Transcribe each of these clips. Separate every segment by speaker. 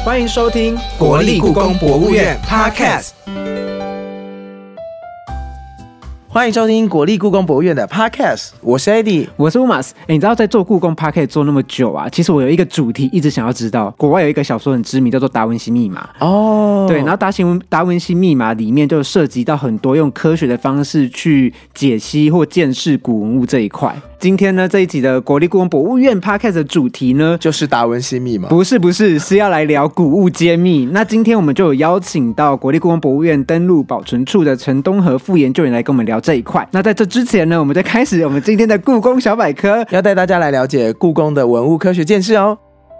Speaker 1: 欢迎收听国立故宫博物院 Podcast。欢迎收听国立故宫博物院的 Podcast， 我是 Eddie，
Speaker 2: 我是 Umas。你知道在做故宫 Podcast 做那么久啊，其实我有一个主题一直想要知道。国外有一个小说很知名，叫做《达文西密码》哦，对，然后达文西密码里面就涉及到很多用科学的方式去解析或鉴识古文物这一块。今天呢，这一集的国立故宫博物院 Podcast 的主题呢，
Speaker 1: 就是达文西密码。
Speaker 2: 不是，是要来聊古物揭秘。那今天我们就有邀请到国立故宫博物院登录保存处的陈东和副研究员来跟我们聊这一块。那在这之前呢，我们就开始我们今天的故宫小百科，
Speaker 1: 要带大家来了解故宫的文物科学鉴识哦。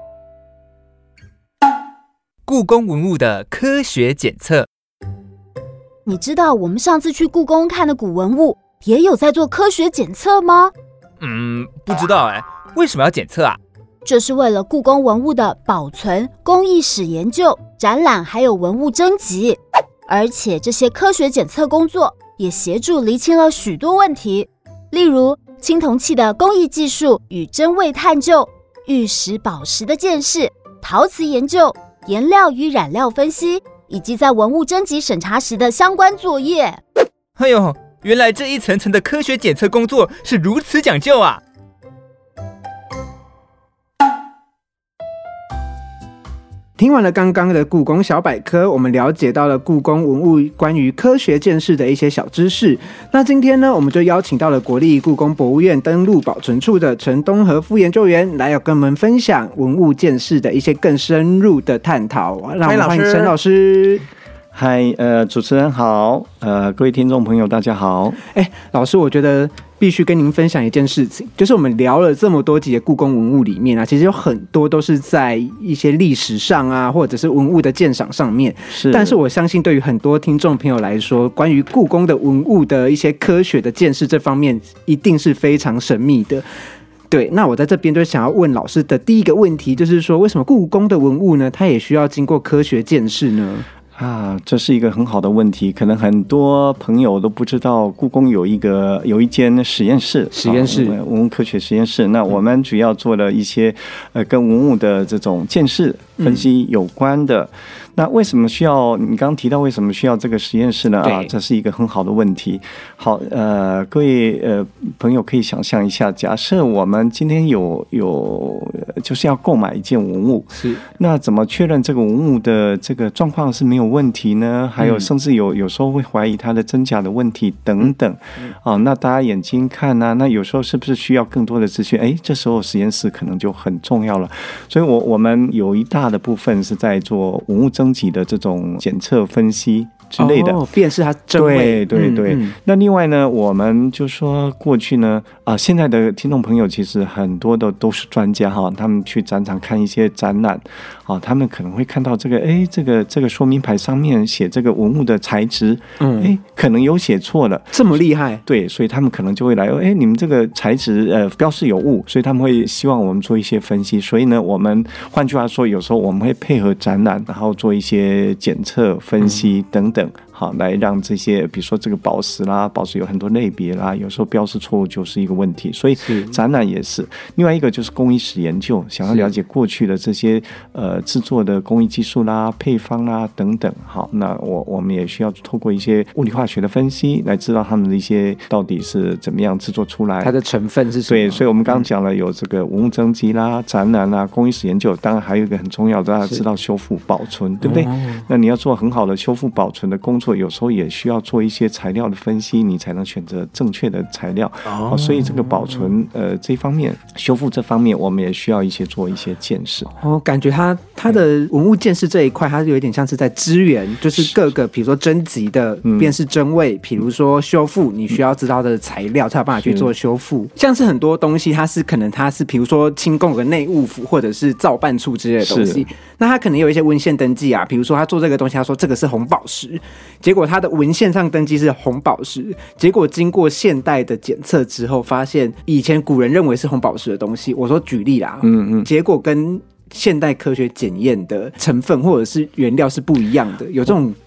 Speaker 3: 故宫文物的科学检测。
Speaker 4: 你知道我们上次去故宫看的古文物也有在做科学检测吗？
Speaker 3: 不知道为什么要检测啊？
Speaker 4: 这是为了故宫文物的保存、工艺史研究、展览还有文物征集，而且这些科学检测工作也协助厘清了许多问题，例如青铜器的工艺技术与真伪探究、玉石宝石的鉴识、陶瓷研究、颜料与染料分析，以及在文物征集审查时的相关作业。
Speaker 3: 哎呦，原来这一层层的科学检测工作是如此讲究啊！
Speaker 2: 听完了刚刚的故宫小百科，我们了解到了故宫文物关于科学鉴识的一些小知识。那今天呢，我们就邀请到了国立故宫博物院登录保存处的陈东和副研究员来跟我们分享文物鉴识的一些更深入的探讨。让我们欢迎陈老师。
Speaker 5: 嗨，主持人好，各位听众朋友大家好。
Speaker 2: 老师，我觉得必须跟您分享一件事情，就是我们聊了这么多集的故宫文物里面啊，其实有很多都是在一些历史上啊，或者是文物的鉴赏上面。但是我相信对于很多听众朋友来说，关于故宫的文物的一些科学的鉴识这方面，一定是非常神秘的。对，那我在这边就想要问老师的第一个问题，就是说为什么故宫的文物呢，它也需要经过科学鉴识呢？
Speaker 5: 这是一个很好的问题，可能很多朋友都不知道，故宫有一间实验室，文物科学实验室。那我们主要做了一些跟文物的这种鉴识分析有关的。那为什么需要？你刚刚提到为什么需要这个实验室呢？这是一个很好的问题。好，各位朋友可以想象一下，假设我们今天有就是要购买一件文物，那怎么确认这个文物的这个状况是没有问题呢？还有甚至有时候会怀疑它的真假的问题等等。那大家眼睛看啊，那有时候是不是需要更多的资讯？这时候实验室可能就很重要了。所以我们有一大的部分是在做文物征集的这种检测分析之类的，
Speaker 2: 辨识它真伪。
Speaker 5: 对。那另外呢，我们就说过去呢，现在的听众朋友其实很多的都是专家哈，他们去展场看一些展览，他们可能会看到这个说明牌上面写这个文物的材质，可能有写错了，
Speaker 2: 这么厉害？
Speaker 5: 对，所以他们可能就会来，你们这个材质标示有误，所以他们会希望我们做一些分析。所以呢，我们换句话说，有时候我们会配合展览，然后做一些检测分析等等。好，来让这些，比如说这个宝石啦，宝石有很多类别啦，有时候标示错误就是一个问题，所以展览也是。另外一个就是工艺史研究，想要了解过去的这些制作的工艺技术啦、配方啦等等。好，那我们也需要透过一些物理化学的分析，来知道他们的一些到底是怎么样制作出来，
Speaker 2: 它的成分是什么？
Speaker 5: 对，所以我们刚刚讲了有这个文物征集啦、展览啦、工艺史研究，当然还有一个很重要的，大家知道修复保存，对不对？那你要做很好的修复保存的工作，有时候也需要做一些材料的分析，你才能选择正确的材料。所以这个保存这方面，修复这方面，我们也需要做一些鉴识。
Speaker 2: 感觉它的文物鉴识这一块，它有一点像是在支援，就是各个比如说征集的辨识真伪，比如说修复，你需要知道的材料才有办法去做修复。像是很多东西，可能它是比如说清供的内务府或者是造办处之类的东西，那它可能有一些文献登记啊，比如说他做这个东西，他说这个是红宝石，结果他的文献上登记是红宝石，结果经过现代的检测之后，发现以前古人认为是红宝石的东西，我说举例啦，结果跟现代科学检验的成分或者是原料是不一样的，有这种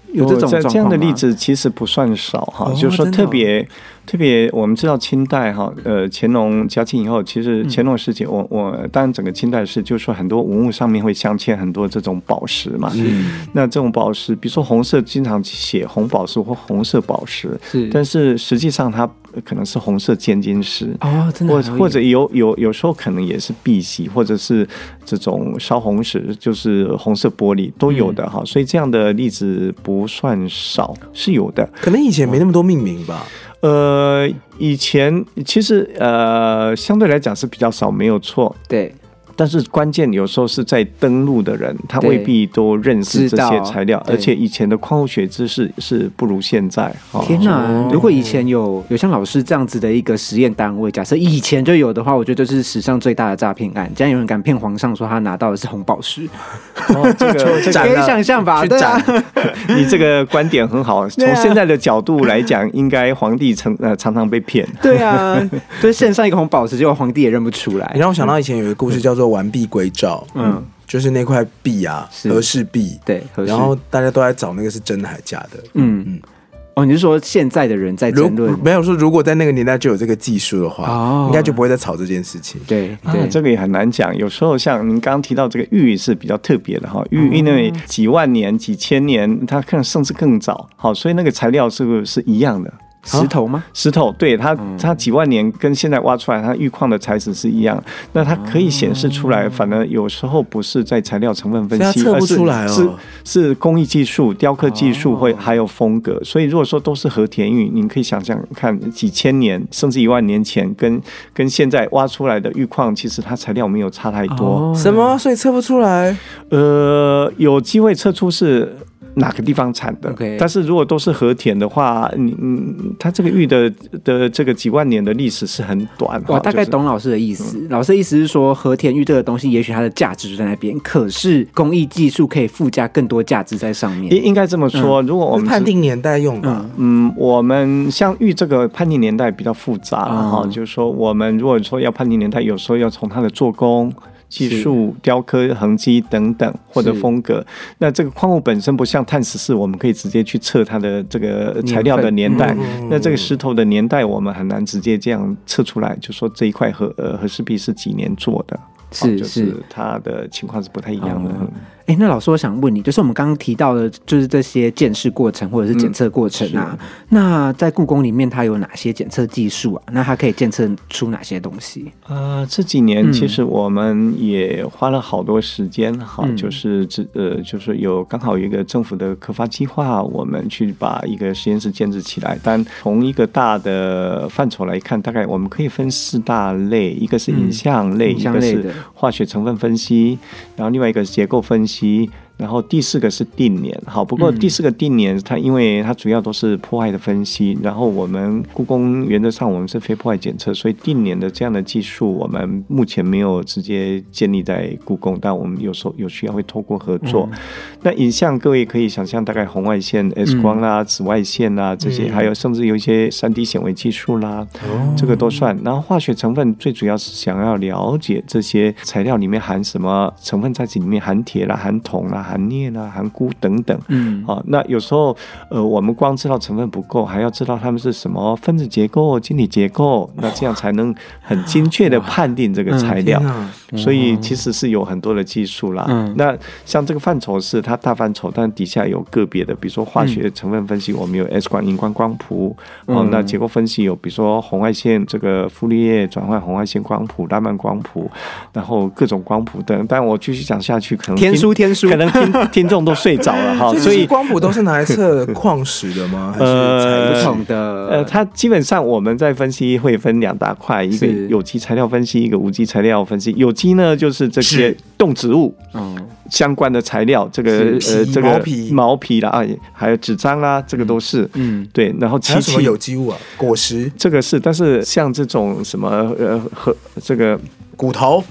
Speaker 2: 有这种状况吗？
Speaker 5: 这样的例子其实不算少哈，就是说特别我们知道清代哈，乾隆嘉庆以后，其实乾隆时期，我当然整个清代是就是说很多文物上面会镶嵌很多这种宝石嘛，那这种宝石，比如说红色经常写红宝石或红色宝石，但是实际上它可能是红色尖晶石
Speaker 2: 哦，真的，
Speaker 5: 或者有时候可能也是碧玺，或者是这种烧红石，就是红色玻璃都有的哈，所以这样的例子不算少，是有的。
Speaker 1: 可能以前没那么多命名吧。
Speaker 5: 以前其实相对来讲是比较少，没有错。
Speaker 2: 对。
Speaker 5: 但是关键有时候是在登陆的人，他未必都认识这些材料，而且以前的矿物学知识是不如现在。
Speaker 2: 天哪！如果以前有像老师这样子的一个实验单位，假设以前就有的话，我觉得这是史上最大的诈骗案。竟然有人敢骗皇上说他拿到的是红宝石，
Speaker 5: 这个
Speaker 2: 可以想象吧？对啊，
Speaker 5: 你这个观点很好。从现在的角度来讲，应该皇帝常常被骗。
Speaker 2: 对啊，就是献上一个红宝石，结果皇帝也认不出来。
Speaker 1: 你让我想到以前有一个故事叫做完璧归赵，就是那块璧啊，和氏璧，
Speaker 2: 对，
Speaker 1: 然后大家都在找那个是真的还假的，
Speaker 2: 你是说现在的人在争论？
Speaker 1: 没有说如果在那个年代就有这个技术的话，应该就不会再吵这件事情。
Speaker 2: 对，
Speaker 5: 这个也很难讲。有时候像您刚刚提到这个玉是比较特别的哈，玉因为几万年、几千年，它可能甚至更早，好，所以那个材料是不是一样的？
Speaker 2: 石头吗？
Speaker 5: 石头，对，它几万年跟现在挖出来它玉矿的材质是一样，那它可以显示出来，反而有时候不是在材料成分分析，
Speaker 1: 测不出来
Speaker 5: 是工艺技术、雕刻技术还有风格。所以如果说都是和田玉，您可以想象看几千年甚至1万年前跟现在挖出来的玉矿，其实它材料没有差太多。
Speaker 1: 什么？所以测不出来？
Speaker 5: 有机会测出是哪个地方产的，但是如果都是和田的话，它这个玉的这个几万年的历史是很短。
Speaker 2: 我大概懂老师的意思。老师的意思是说，和田玉这个东西，也许它的价值就在那边，可是工艺技术可以附加更多价值在上面。
Speaker 5: 应该这么说。如果我们
Speaker 1: 判定年代用吧，
Speaker 5: 我们像玉这个判定年代比较复杂了哈，就是说我们如果说要判定年代，有时候要从它的做工、技术、雕刻痕迹等等，或者风格。那这个矿物本身不像碳14，我们可以直接去测它的这个材料的年代。那这个石头的年代，我们很难直接这样测出来，就说这一块和氏璧是几年做的。就是它的情况是不太一样的。
Speaker 2: 那老师，我想问你，就是我们刚刚提到的，就是这些鉴识过程或者是检测过程啊，那在故宫里面它有哪些检测技术啊？那它可以检测出哪些东西？
Speaker 5: 这几年其实我们也花了好多时间哈，就是有刚好有一个政府的科发计划，我们去把一个实验室建制起来。但从一个大的范畴来看，大概我们可以分4大类，一个是影像类，一个是化学成分分析，然后另外一个是结构分析。然后第4个是定年，好，不过第4个定年，它因为它主要都是破坏的分析，然后我们故宫原则上我们是非破坏检测，所以定年的这样的技术，我们目前没有直接建立在故宫，但我们有时候有需要会透过合作。那影像各位可以想象，大概红外线、X 光啦、紫外线啦这些，还有甚至有一些3D 显微技术啦，这个都算。然后化学成分最主要是想要了解这些材料里面含什么成分，在这里面含铁啦、含铜啦、含镍啦、含钴等等。那有时候我们光知道成分不够，还要知道它们是什么分子结构、晶体结构，那这样才能很精确的判定这个材料。所以其实是有很多的技术啦。那像这个范畴是它大范畴，但底下有个别的，比如说化学成分分析，我们有 X 光、荧光光谱。那结构分析有比如说红外线这个傅立叶转换红外线光谱、拉曼光谱，然后各种光谱等。但我继续讲下去，可能
Speaker 2: 天书可
Speaker 5: 能听众都睡着了哈。
Speaker 1: 所以光谱都是拿来测矿石的吗？还是
Speaker 2: 不同的？
Speaker 5: 它基本上我们在分析会分2大块，一个有机材料分析，一个无机材料分析。有机呢就是这些动植物相关的材料，这个毛皮啦，还有纸张啦，这个都是对。然后
Speaker 1: 还有什么有机物啊？果实这
Speaker 5: 个是，但是像这种什么这个
Speaker 1: 骨头。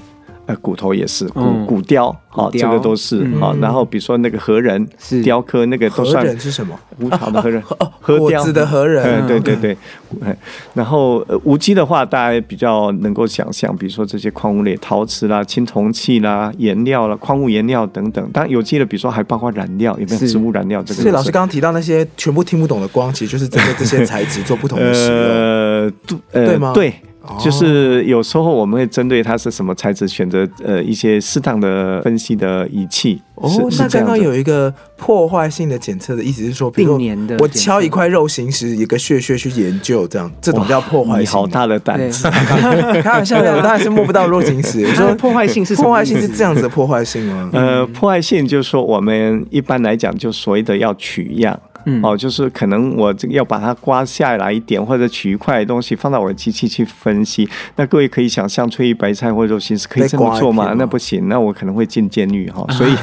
Speaker 5: 骨头也是骨雕，这个都是然后比如说那个河人雕刻，那个都算。
Speaker 1: 河人是什么？
Speaker 5: 吴朝的河人，
Speaker 1: 果子的河人。
Speaker 5: 对。然后无机的话，大家比较能够想象，比如说这些矿物类，陶瓷啦、青铜器啦、颜料啦、矿物颜料等等。当然有机的，比如说还包括染料，有没有植物染料？这个。
Speaker 1: 所以老师刚刚提到那些全部听不懂的光，其实就是针对这些材质做不同的使用。对吗？
Speaker 5: 对。就是有时候我们会针对它是什么材质，选择一些适当的分析的仪器。
Speaker 1: 那刚刚有一个破坏性的检测的意思是说，比如说我敲一块肉形石，一个穴去研究，这种叫破坏性。
Speaker 5: 你好大的胆子！
Speaker 1: 开玩笑的，我当然是摸不到肉形石。
Speaker 2: 说破坏性是什么？
Speaker 1: 破坏性是这样子的破坏性吗？
Speaker 5: 破坏性就是说我们一般来讲就所谓的要取样。就是可能我这个要把它刮下来一点，或者取一块东西放到我的机器去分析。那各位可以想象，翠玉白菜或者肉形石可以这么做吗？那不行，那我可能会进监狱所以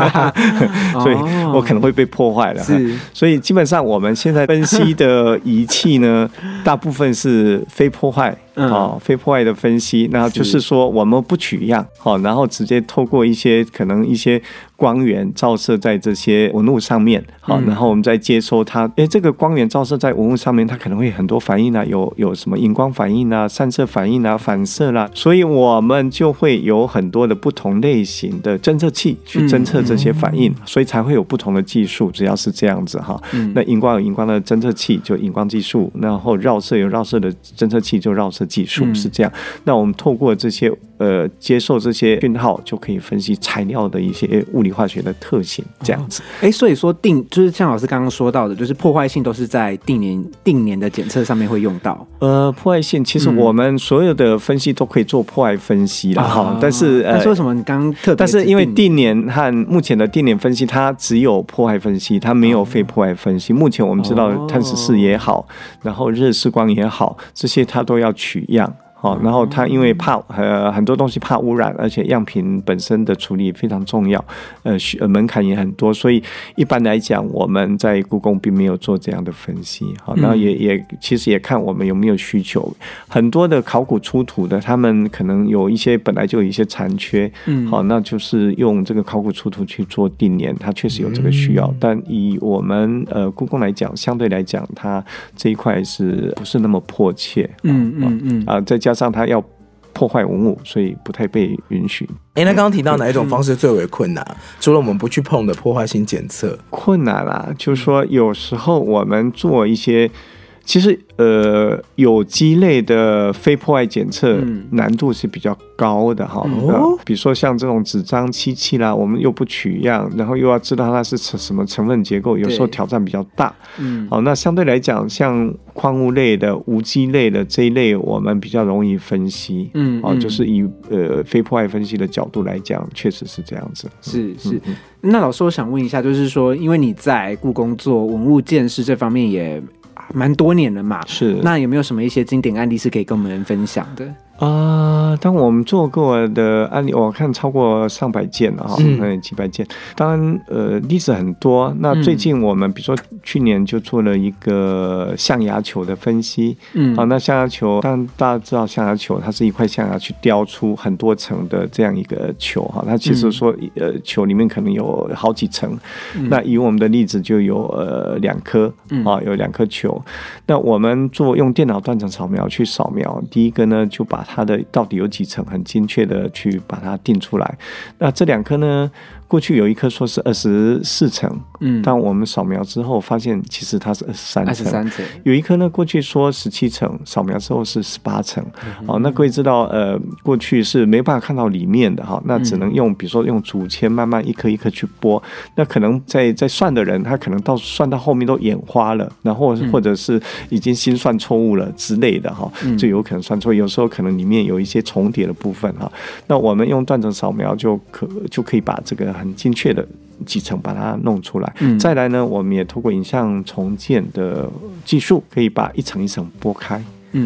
Speaker 5: 我可能会被破坏了。所以基本上我们现在分析的仪器呢，大部分是非破坏。非破坏的分析，那就是说我们不取样，然后直接透过可能一些光源照射在这些文物上面，然后我们再接收它，这个光源照射在文物上面，它可能会很多反应啊，有什么荧光反应啊、散射反应啊、反射啦，所以我们就会有很多的不同类型的侦测器去侦测这些反应，所以才会有不同的技术，只要是这样子那荧光有荧光的侦测器，就荧光技术，然后绕射有绕射的侦测器，就绕射技术，是这样。那我们透过这些接受这些讯号，就可以分析材料的一些物理化学的特性，这样子。
Speaker 2: 所以说就是像老师刚刚说到的，就是破坏性都是在定年的检测上面会用到。
Speaker 5: 破坏性其实我们所有的分析都可以做破坏分析啦，但是
Speaker 2: 为什么你刚刚特别？
Speaker 5: 但是因为定年和目前的定年分析，它只有破坏分析，它没有非破坏分析。目前我们知道碳十四也好，然后热释光也好，这些它都要取样。然后它因为怕很多东西怕污染，而且样品本身的处理非常重要，门槛也很多，所以一般来讲我们在故宫并没有做这样的分析。然后其实也看我们有没有需求。很多的考古出土的，他们可能有一些本来就有一些残缺，那就是用这个考古出土去做定年，它确实有这个需要。但以我们故宫来讲，相对来讲它这一块是不是那么迫切？再加上它要破坏文物，所以不太被允许。
Speaker 1: 那刚刚提到哪一种方式最为困难？除了我们不去碰的破坏性检测，
Speaker 5: 困难就是说有时候我们做一些，其实有机类的非破坏检测难度是比较高的比如说像这种纸张漆器啦，我们又不取样，然后又要知道它是什么成分结构，有时候挑战比较大。那相对来讲，像矿物类的、无机类的这一类，我们比较容易分析。就是以非破坏分析的角度来讲，确实是这样子。
Speaker 2: 是。那老师，我想问一下，就是说，因为你在故宫做文物鉴识这方面也蛮多年了嘛，
Speaker 5: 是。
Speaker 2: 那有没有什么一些经典案例是可以跟我们分享的？
Speaker 5: 当我们做过的案例，我看超过上百件了几百件。当然，例子很多。那最近我们比如说去年就做了一个象牙球的分析。那象牙球，当然大家知道象牙球，它是一块象牙去雕出很多层的这样一个球它其实说球里面可能有好几层。那以我们的例子就有2颗有2颗球。那我们用电脑断层扫描去扫描，第一个呢就把它的到底有几层很精确的去把它定出来。那这2颗呢，过去有一颗说是24层，但我们扫描之后发现其实它是23层。有一颗呢，过去说17层，扫描之后是18层。那各位知道，过去是没办法看到里面的那只能比如说用竹签慢慢一颗一颗去拨。那可能在算的人，他可能算到后面都眼花了，然后或者是已经心算错误了之类的就有可能算错。有时候可能里面有一些重叠的部分那我们用断层扫描就可以把这个很精确的几层把它弄出来。再来呢，我们也透过影像重建的技术，可以把一层一层拨开。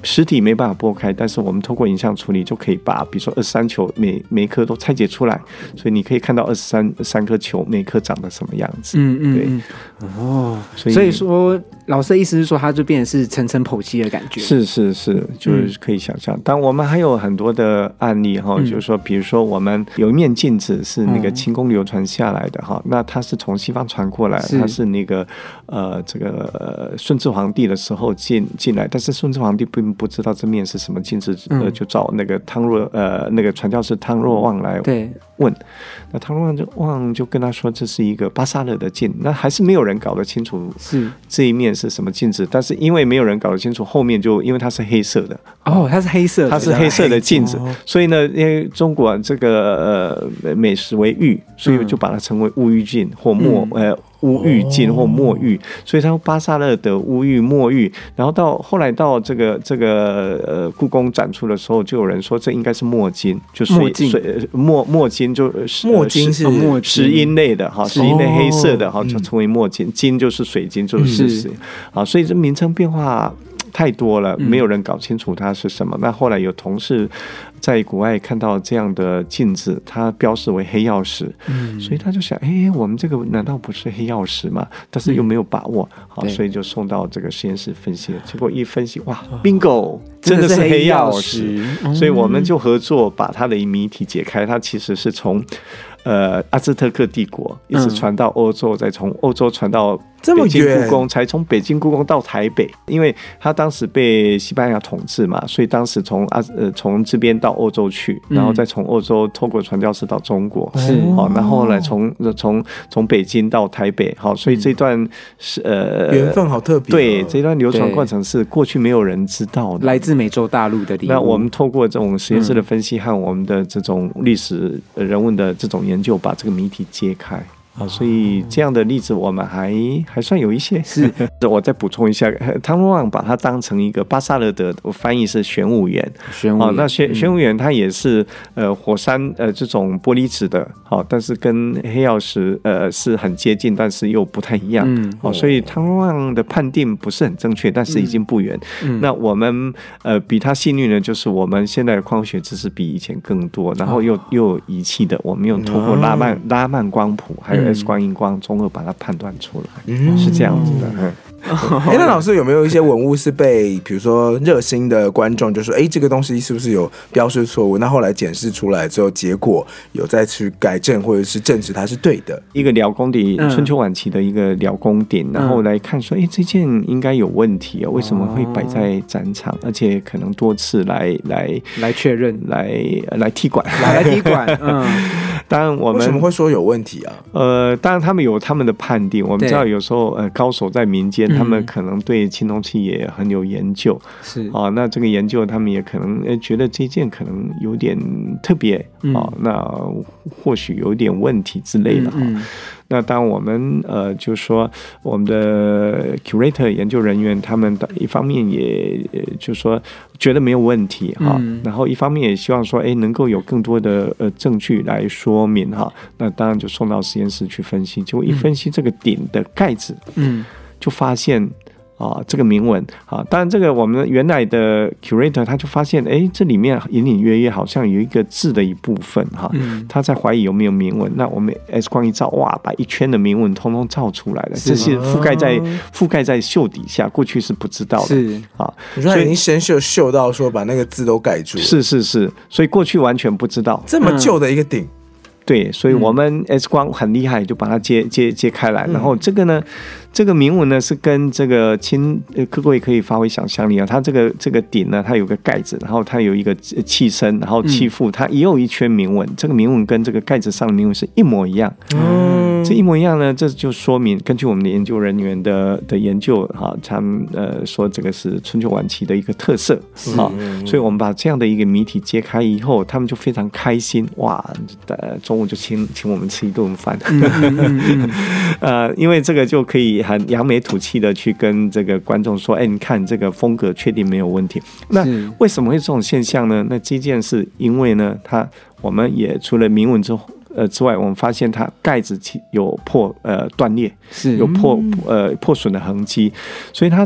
Speaker 5: 实体没办法剥开，但是我们透过影像处理就可以把比如说23球每一颗都拆解出来，所以你可以看到23颗球每颗长得什么样子。对。所以
Speaker 2: 说老师的意思是说它就变成是层层剖析的感觉。
Speaker 5: 是，就是可以想象。但我们还有很多的案例就是说比如说我们有一面镜子是那个清宫流传下来的那它是从西方传过来，它是那个这个顺治皇帝的时候进来，但是顺治皇帝并不知道这面是什么镜子，就找那个那个传教士汤若望来问。那汤若望就跟他说这是一个巴萨勒的镜，那还是没有人搞得清楚是这一面是什么镜子，但是因为没有人搞得清楚，后面就因为它是黑色的
Speaker 2: 它是黑色
Speaker 5: 的镜子，所以呢因为中国这个美食为玉，所以就把它称为乌玉镜或乌玉镜或墨玉，所以它巴萨勒的乌玉墨玉，然后后来到这个故宫展出的时候，就有人说这应该是墨金，就是墨金就是
Speaker 1: 墨金是
Speaker 5: 石英类的石英类黑色的就称为墨金，金就是水晶，就是石所以这名称变化太多了，没有人搞清楚它是什么。那后来有同事在国外看到这样的镜子，它标示为黑曜石，所以他就想我们这个难道不是黑曜石吗？但是又没有把握，所以就送到这个实验室分析了，结果一分析哇 bingo 真的是黑曜石，所以我们就合作把它的谜题解开。它其实是从阿兹特克帝国一直传到欧洲，再从欧洲传到北京故宫，才从北京故宫到台北。因为他当时被西班牙统治嘛，所以当时从这边到欧洲去，然后再从欧洲透过传教士到中国，然后后来从北京到台北，所以这段
Speaker 1: 缘分好特别。
Speaker 5: 对，这段流传过程是过去没有人知道的，
Speaker 2: 来自美洲大陆的礼物。
Speaker 5: 那我们透过这种实验室的分析和我们的这种历史人文的这种研究，把这个谜题揭开。所以这样的例子我们还算有一些。是，我再补充一下，汤若望把它当成一个巴萨勒的翻译是玄武岩。那玄武岩它也是火山这种玻璃质的，但是跟黑曜石是很接近，但是又不太一样。所以汤若望的判定不是很正确，但是已经不远。那我们比他幸运的就是我们现在的矿物学知识比以前更多，然后又有仪器的，我们用透过拉曼光谱还有X 光、荧光综合把它判断出来，是这样子的。
Speaker 1: 那老师有没有一些文物是被比如说热心的观众就说这个东西是不是有标示错误，那后来检视出来之后结果有再去改正或者是证实它是对的？
Speaker 5: 一个辽宫鼎，春秋晚期的一个辽宫鼎，然后来看说这件应该有问题为什么会摆在展场，而且可能多次来
Speaker 2: 确认
Speaker 5: 来踢馆当然我们
Speaker 1: 为什么会说有问题啊？
Speaker 5: 当然他们有他们的判定，我们知道有时候高手在民间，他们可能对青铜器也很有研究，
Speaker 2: 是
Speaker 5: 那这个研究他们也可能觉得这件可能有点特别，那或许有点问题之类的。那当我们就是说我们的 curator 研究人员，他们一方面也就是说觉得没有问题然后一方面也希望说能够有更多的证据来说明那当然就送到实验室去分析，结果一分析这个鼎的盖子，就发现这个铭文当然这个我们原来的 curator 他就发现这里面隐隐约约好像有一个字的一部分他在怀疑有没有铭文。那我们 X 光一照，哇，把一圈的铭文通通照出来了，这是覆盖在锈底下，过去是不知道的。
Speaker 2: 是
Speaker 1: 你说他已经先锈到说把那个字都盖住了。
Speaker 5: 是，所以过去完全不知道
Speaker 1: 这么旧的一个鼎。
Speaker 5: 对，所以我们 X 光很厉害，就把它揭开来。然后这个呢，这个铭文呢是跟这个各位可以发挥想象力它这个鼎呢，它有个盖子，然后它有一个器身，然后器腹，它也有一圈铭文。这个铭文跟这个盖子上的铭文是一模一样。这一模一样呢，这就说明根据我们的研究人员的研究他们说这个是春秋晚期的一个特色所以我们把这样的一个谜题揭开以后，他们就非常开心，哇，中午就请我们吃一顿饭因为这个就可以很扬眉吐气的去跟这个观众说你看这个风格确定没有问题。那为什么会这种现象呢？那这件事因为呢我们也除了铭文之外，我们发现它盖子有断裂，有破损的痕迹，所以它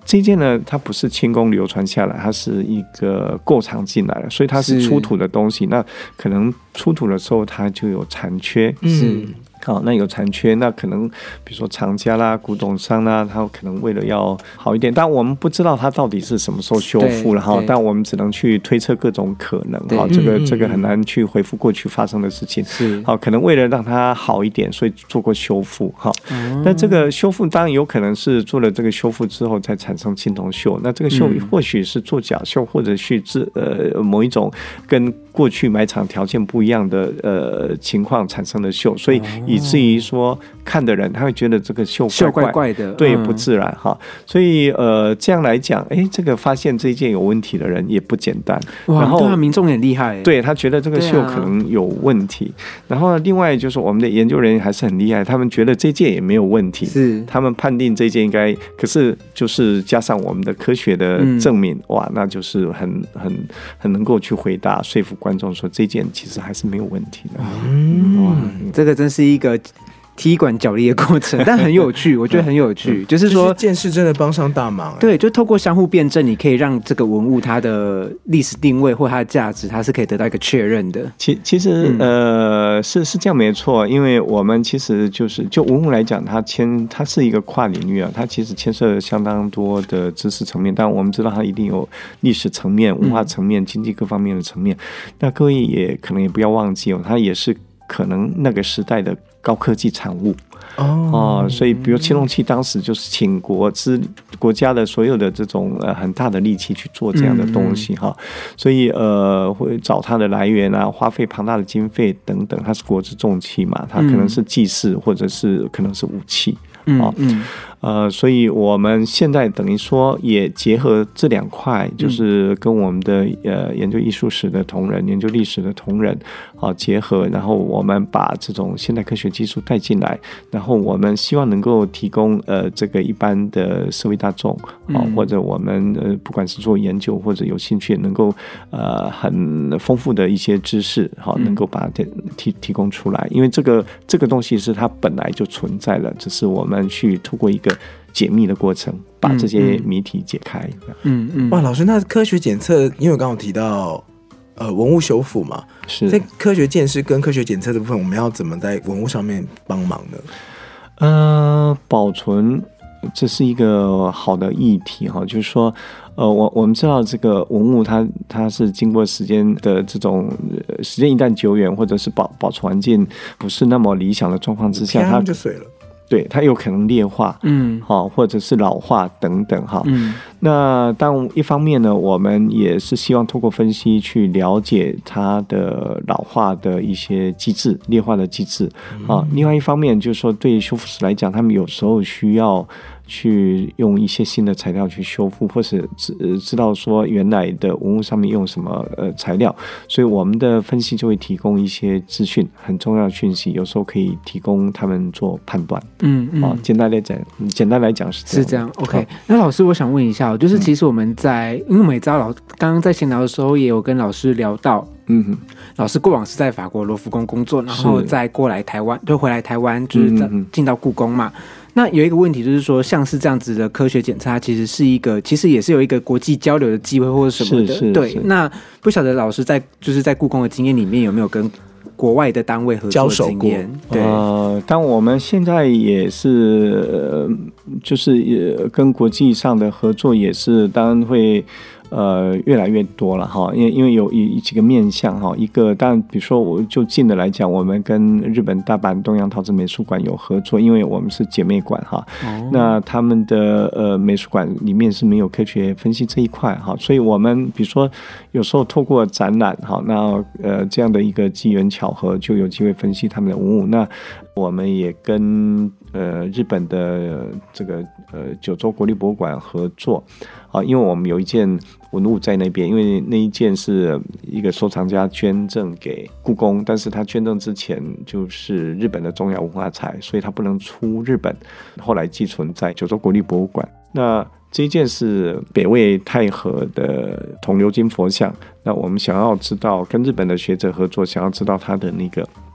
Speaker 5: 这件呢，它不是清宫流传下来，它是一个购藏进来的，所以它是出土的东西。那可能出土的时候它就有残缺，好，那有残缺，那可能比如说厂家啦、古董商啦，他可能为了要好一点，但我们不知道它到底是什么时候修复了哈，但我们只能去推测各种可能哈，这个很难去回复过去发生的事情，好，可能为了让它好一点，所以做过修复哈。那这个修复当然有可能是做了这个修复之后才产生青铜锈，那这个锈或许是做假锈，或者是某一种跟过去埋藏条件不一样的情况产生的锈，所以以至于说看的人他会觉得这个锈怪怪的，对，不自然哈。所以这样来讲，这个发现这一件有问题的人也不简单。然后
Speaker 2: 对民众很厉害，
Speaker 5: 对他觉得这个锈可能有问题。然后另外就是我们的研究人员还是很厉害，他们觉得这件也没有问题，是他们判定这件应该，可是就是加上我们的科学的证明，哇，那就是很能够去回答说服观众说这件其实还是没有问题的。
Speaker 2: 哇，这个真是一个踢馆角力的过程，但很有趣，我觉得很有趣，就是说
Speaker 1: 见识真的帮上大忙。
Speaker 2: 对，就透过相互辩证，你可以让这个文物它的历史定位或它的价值，它是可以得到一个确认的。
Speaker 5: 其实是这样没错，因为我们其实就文物来讲，它是一个跨领域啊，它其实牵涉相当多的知识层面，但我们知道它一定有历史层面、文化层面、经济各方面的层面。那各位也可能也不要忘记它也是可能那个时代的高科技产物所以比如青铜器当时就是请国家的所有的这种很大的力气去做这样的东西所以会找它的来源啊，花费庞大的经费等等，它是国之重器嘛，它可能是祭祀或者是可能是武器所以我们现在等于说也结合这两块，就是跟我们的研究艺术史的同仁、研究历史的同仁结合，然后我们把这种现代科学技术带进来，然后我们希望能够提供这个一般的社会大众或者我们不管是做研究或者有兴趣，能够很丰富的一些知识能够把它提供出来，因为这个东西是它本来就存在了，只是我们去透过一个解密的过程把这些谜题解开。
Speaker 1: 哇，老师，那科学检测，因为我刚刚提到文物修复嘛，是在科学鉴识跟科学检测的部分，我们要怎么在文物上面帮忙呢？
Speaker 5: 保存这是一个好的议题就是说我们知道这个文物它是经过时间的这种时间一旦久远，或者是保存环境不是那么理想的状况之下，它
Speaker 1: 就碎了。
Speaker 5: 对，它有可能劣化，或者是老化等等那当一方面呢，我们也是希望透过分析去了解它的老化的一些机制、劣化的机制另外一方面就是说，对修复师来讲，他们有时候需要去用一些新的材料去修复，或是知道说原来的文物上面用什么材料，所以我们的分析就会提供一些资讯，很重要的讯息，有时候可以提供他们做判断。简单来讲是这样。
Speaker 2: OK， 那老师，我想问一下，就是其实我们因为我们也知道刚刚在闲聊的时候也有跟老师聊到，老师过往是在法国罗浮宫工作，然后再过来台湾，就回来台湾，就是进到故宫嘛。那有一个问题就是说，像是这样子的科学检测，它其实也是有一个国际交流的机会或者什么的。对，那不晓得老师在故宫的经验里面有没有跟国外的单位合作的经验？对，
Speaker 5: 但我们现在也是就是也跟国际上的合作也是当然会越来越多了因为有几个面向一个当然比如说我就近的来讲，我们跟日本大阪东洋陶瓷美术馆有合作，因为我们是姐妹馆那他们的美术馆里面是没有科学分析这一块所以我们比如说有时候透过展览那这样的一个机缘巧合就有机会分析他们的文物。那我们也跟日本的这个九州国立博物馆合作因为我们有一件文物在那边，因为那一件是一个收藏家捐赠给故宫，但是他捐赠之前就是日本的重要文化财，所以他不能出日本，后来寄存在九州国立博物馆。那这一件是北魏太和的铜鎏金佛像，那我们想要知道跟日本的学者合作，想要知道他的那个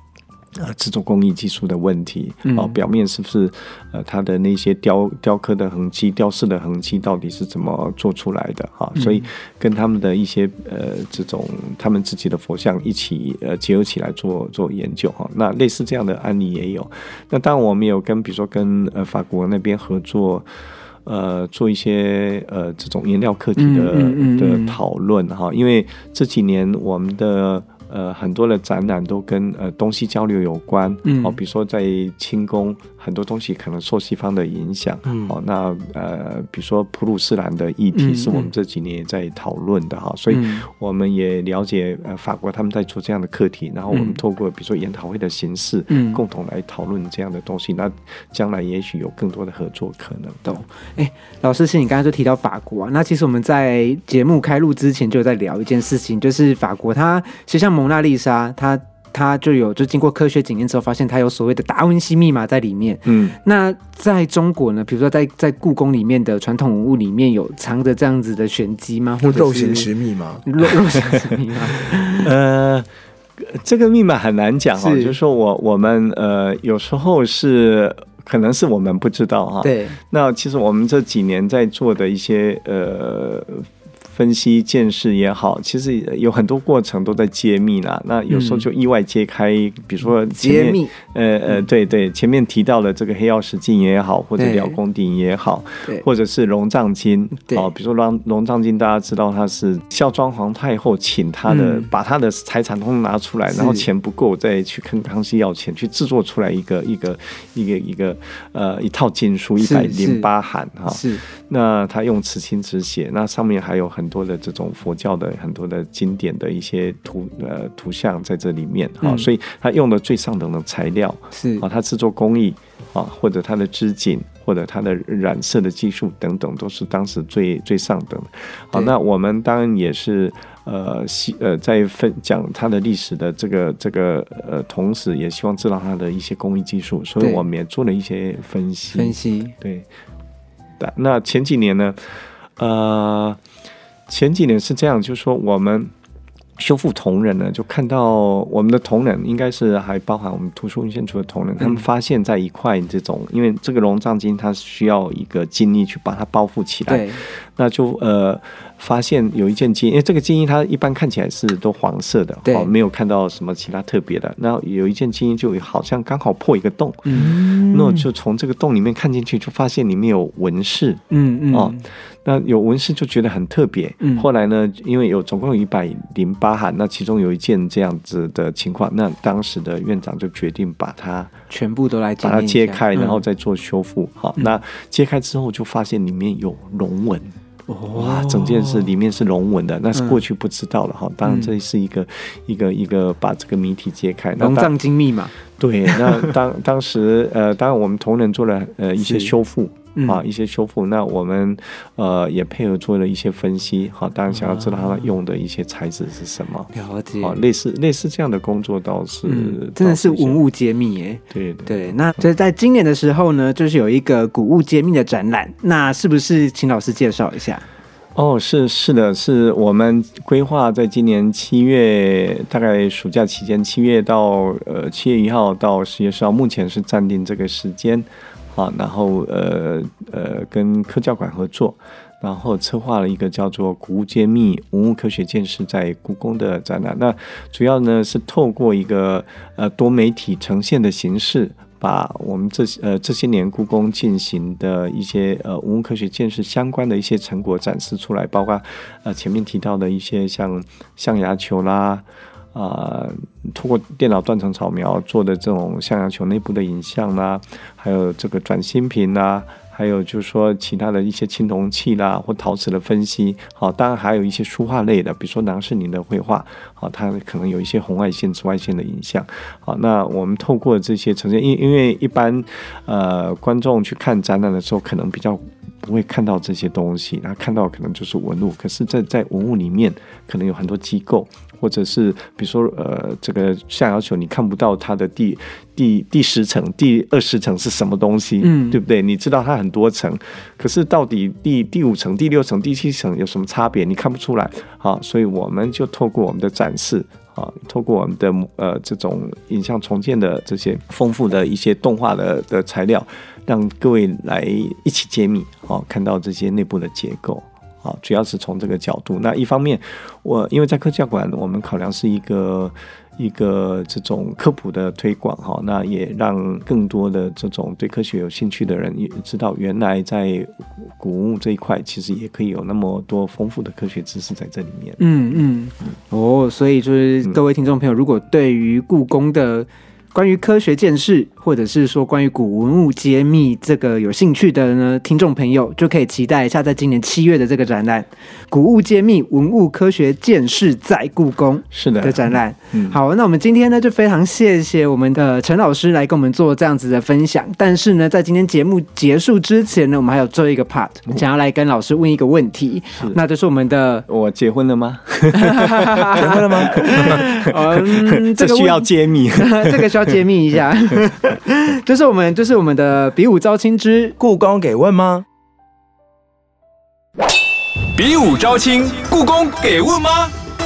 Speaker 5: 制作工艺技术的问题，表面是不是它的那些雕刻的痕迹、雕饰的痕迹到底是怎么做出来的所以跟他们的一些这种他们自己的佛像一起结合起来做研究那类似这样的案例也有。那当然我们有跟比如说跟法国那边合作。做一些这种颜料课题的讨论因为这几年我们的很多的展览都跟东西交流有关比如说在清宫很多东西可能受西方的影响那比如说普鲁士蓝的议题是我们这几年也在讨论的所以我们也了解法国他们在做这样的课题，然后我们透过比如说研讨会的形式共同来讨论这样的东西，那将来也许有更多的合作可能。
Speaker 2: 老师，你刚才就提到法国那其实我们在节目开录之前就有在聊一件事情，就是法国它其实像蒙娜丽莎它就经过科学检验之后发现它有所谓的达文西密码在里面那在中国呢，比如说在故宫里面的传统文物里面有藏着这样子的玄机吗？或者是
Speaker 1: 肉形石密码
Speaker 2: 肉形石密码
Speaker 5: 这个密码很难讲就是说我们有时候是可能是我们不知道
Speaker 2: 对，
Speaker 5: 那其实我们这几年在做的一些分析见识也好，其实有很多过程都在揭秘啦。那有时候就意外揭开，比如说
Speaker 2: 揭秘，
Speaker 5: 对，前面提到的这个黑曜石镜也好，或者辽公鼎也好，或者是龙藏经，比如说龙藏经，大家知道它是孝庄皇太后请他的，把他的财产通通拿出来，然后钱不够再去跟康熙要钱，去制作出来一套经书108函
Speaker 2: 是。
Speaker 5: 那他用瓷青纸写，那上面还有很多的这种佛教的很多的经典的一些图像在这里面所以他用的最上等的材料
Speaker 2: 是
Speaker 5: 他制作工艺或者他的织锦或者他的染色的技术等等都是当时最上等的那我们当然也是在讲他的历史的这个同时也希望知道他的一些工艺技术，所以我们也做了一些分析对。那前几年呢是这样，就是说我们修复同仁呢，就看到我们的同仁应该是还包含我们图书文献处的同仁，他们发现在一块这种，因为这个龙藏经它需要一个金衣去把它包覆起来，那就发现有一件金衣，因为这个金衣它一般看起来是都黄色的，没有看到什么其他特别的。然后有一件金衣就好像刚好破一个洞，那我就从这个洞里面看进去，就发现里面有纹饰，那有纹饰就觉得很特别。后来呢，因为总共有108函，那其中有一件这样子的情况，那当时的院长就决定把它
Speaker 2: 全部都来
Speaker 5: 把它揭开，然后再做修复。那揭开之后就发现里面有龙纹。哇，整件事里面是龙纹的，那是过去不知道了当然这是一个把这个谜题揭开。
Speaker 2: 龙藏经密码。对，
Speaker 5: 那当时当然我们同仁做了一些修复。一些修复，那我们也配合做了一些分析，当然想要知道它用的一些材质是什么，
Speaker 2: 了解，
Speaker 5: 类似这样的工作倒是
Speaker 2: 真的是文物揭秘耶。
Speaker 5: 对，
Speaker 2: 那在今年的时候呢，就是有一个古物揭秘的展览，那是不是请老师介绍一下？
Speaker 5: 是的，是我们规划在今年7月，大概暑假期间，7月到7月1号到10月10号，目前是暂定这个时间。然后跟科教馆合作，然后策划了一个叫做古物揭秘文物科学见识在故宫的展览。那主要呢是透过一个多媒体呈现的形式，把我们这些年故宫进行的一些文物科学见识相关的一些成果展示出来，包括前面提到的一些像象牙球啦。透过电脑断层扫描做的这种象牙球内部的影像啦，还有这个转心瓶啦，还有就是说其他的一些青铜器啦或陶瓷的分析，当然还有一些书画类的，比如说郎世宁的绘画，它可能有一些红外线、紫外线的影像。那我们透过这些呈现，因为一般观众去看展览的时候，可能比较不会看到这些东西，他看到可能就是文物，可是在文物里面可能有很多机构。或者是比如说这个象牙球你看不到它的第10层第20层是什么东西，对不对？你知道它很多层，可是到底第5层第6层第7层有什么差别你看不出来。所以我们就透过我们的展示透过我们的这种影像重建的这些丰富的一些动画的材料，让各位来一起揭秘，看到这些内部的结构。主要是从这个角度。那一方面，因为在科教馆，我们考量是一个这种科普的推广，那也让更多的这种对科学有兴趣的人也知道，原来在古文物这一块，其实也可以有那么多丰富的科学知识在这里面。
Speaker 2: 所以就是各位听众朋友，如果对于故宫的关于科学见识，或者是说关于古文物揭秘这个有兴趣的呢，听众朋友就可以期待一下，在今年7月的这个展览《古物揭秘文物科学见识在故宫》的展览。好，那我们今天呢就非常谢谢我们的陈老师来跟我们做这样子的分享。但是呢，在今天节目结束之前呢，我们还有最后一个 part， 想要来跟老师问一个问题，那就是我们的
Speaker 5: 我结婚了吗？
Speaker 1: 结婚了吗？
Speaker 5: 这需要揭秘，
Speaker 2: 这个需要揭秘一下。就是我们的比武招亲之
Speaker 1: 故宫给问吗？
Speaker 3: 比武招亲，故宫给问吗？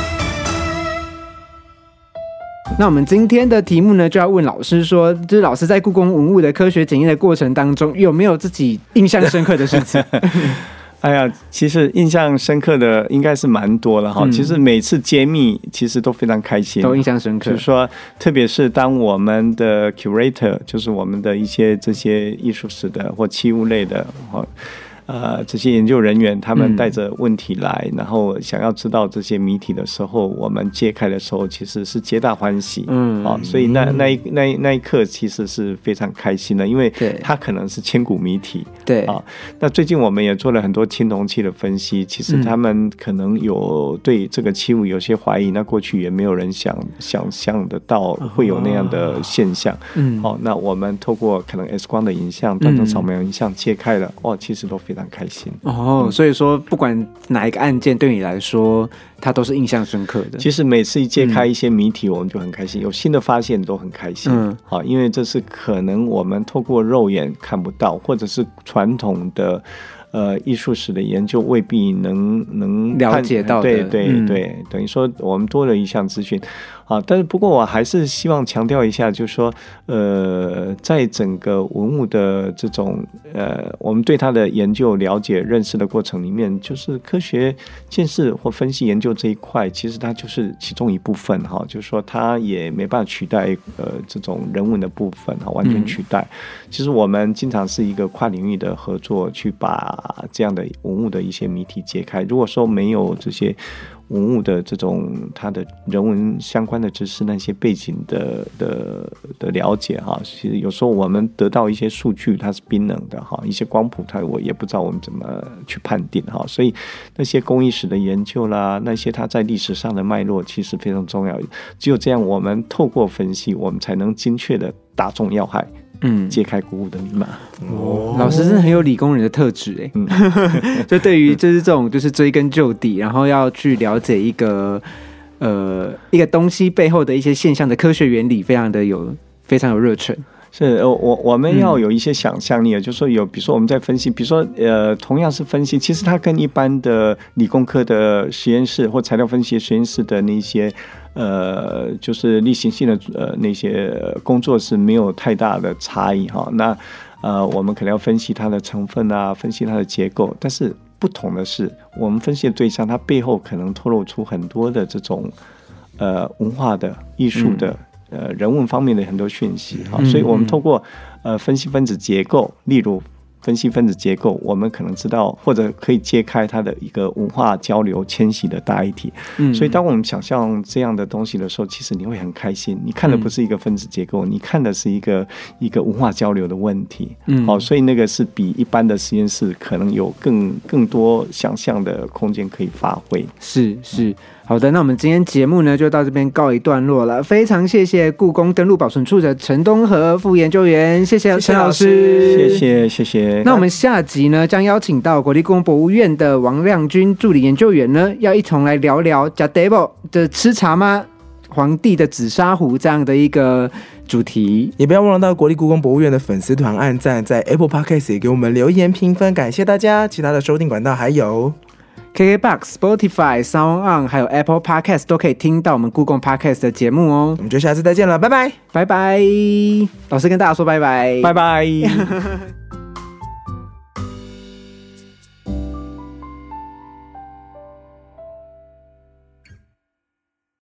Speaker 2: 那我们今天的题目呢，就要问老师说，就是老师在故宫文物的科学检验的过程当中，有没有自己印象深刻的事情？
Speaker 5: 哎呀，其实印象深刻的应该是蛮多了哈。其实每次揭秘其实都非常开心，
Speaker 2: 都印象深刻。
Speaker 5: 就是说，特别是当我们的 curator， 就是我们的一些这些艺术史的或器物类的这些研究人员，他们带着问题来，然后想要知道这些谜题的时候，我们揭开的时候，其实是皆大欢喜。所以那一刻其实是非常开心的，因为它可能是千古谜题。
Speaker 2: 对
Speaker 5: 那最近我们也做了很多青铜器的分析，其实他们可能有对这个器物有些怀疑，那过去也没有人想象得到会有那样的现象。那我们透过可能 X 光的影像、断层扫描影像揭开了，其实都非常开心。
Speaker 2: 所以说不管哪一个案件对你来说，它都是印象深刻的。
Speaker 5: 其实每次一揭开一些谜题，我们就很开心，有新的发现都很开心。因为这是可能我们透过肉眼看不到，或者是传统的艺术史的研究未必能
Speaker 2: 了解到的。
Speaker 5: 对，等于说我们多了一项资讯。但是不过我还是希望强调一下，就是说在整个文物的这种我们对它的研究、了解、认识的过程里面，就是科学见识或分析研究这一块，其实它就是其中一部分哈，就是说它也没办法取代这种人文的部分完全取代。其实我们经常是一个跨领域的合作，去把这样的文物的一些谜题揭开。如果说没有这些文物的这种它的人文相关的知识，那些背景的了解哈，其实有时候我们得到一些数据它是冰冷的哈，一些光谱我也不知道我们怎么去判定哈，所以那些工艺史的研究啦，那些它在历史上的脉络其实非常重要，只有这样我们透过分析，我们才能精确的打中要害，揭开古物的密码。
Speaker 2: 老师真的很有理工人的特质就对于就是这种就是追根究底，然后要去了解一个东西背后的一些现象的科学原理，非常有热忱。
Speaker 5: 是我们要有一些想象力，就是说比如说我们在分析，比如说同样是分析，其实它跟一般的理工科的实验室或材料分析实验室的那些就是例行性的那些工作是没有太大的差异哈。那我们可能要分析它的成分啊，分析它的结构，但是不同的是，我们分析的对象它背后可能透露出很多的这种文化的、艺术的。人文方面的很多讯息所以我们透过分析分子结构，例如分析分子结构，我们可能知道或者可以揭开它的一个文化交流迁徙的大议题。所以当我们想象这样的东西的时候，其实你会很开心，你看的不是一个分子结构，你看的是一个文化交流的问题。所以那个是比一般的实验室可能有更多想象的空间可以发挥。
Speaker 2: 是好的，那我们今天节目呢就到这边告一段落了。非常谢谢故宫登录保存处的陈东和副研究员，谢谢陈老师，
Speaker 5: 谢谢。
Speaker 2: 那我们下集呢将邀请到国立故宫博物院的王亮君助理研究员呢，要一同来聊聊吃 table 的吃茶吗？皇帝的紫砂壶这样的一个主题。
Speaker 1: 也不要忘了到国立故宫博物院的粉丝团按赞，在 Apple Podcast 也给我们留言评分，感谢大家。其他的收听管道还有
Speaker 2: KKBOX、Spotify、SoundOn 还有 Apple Podcast 都可以听到我们故宫 Podcast 的节目哦。
Speaker 1: 我们就下次再见了，拜拜，
Speaker 2: 拜拜。老师跟大家说拜拜，
Speaker 5: 拜拜。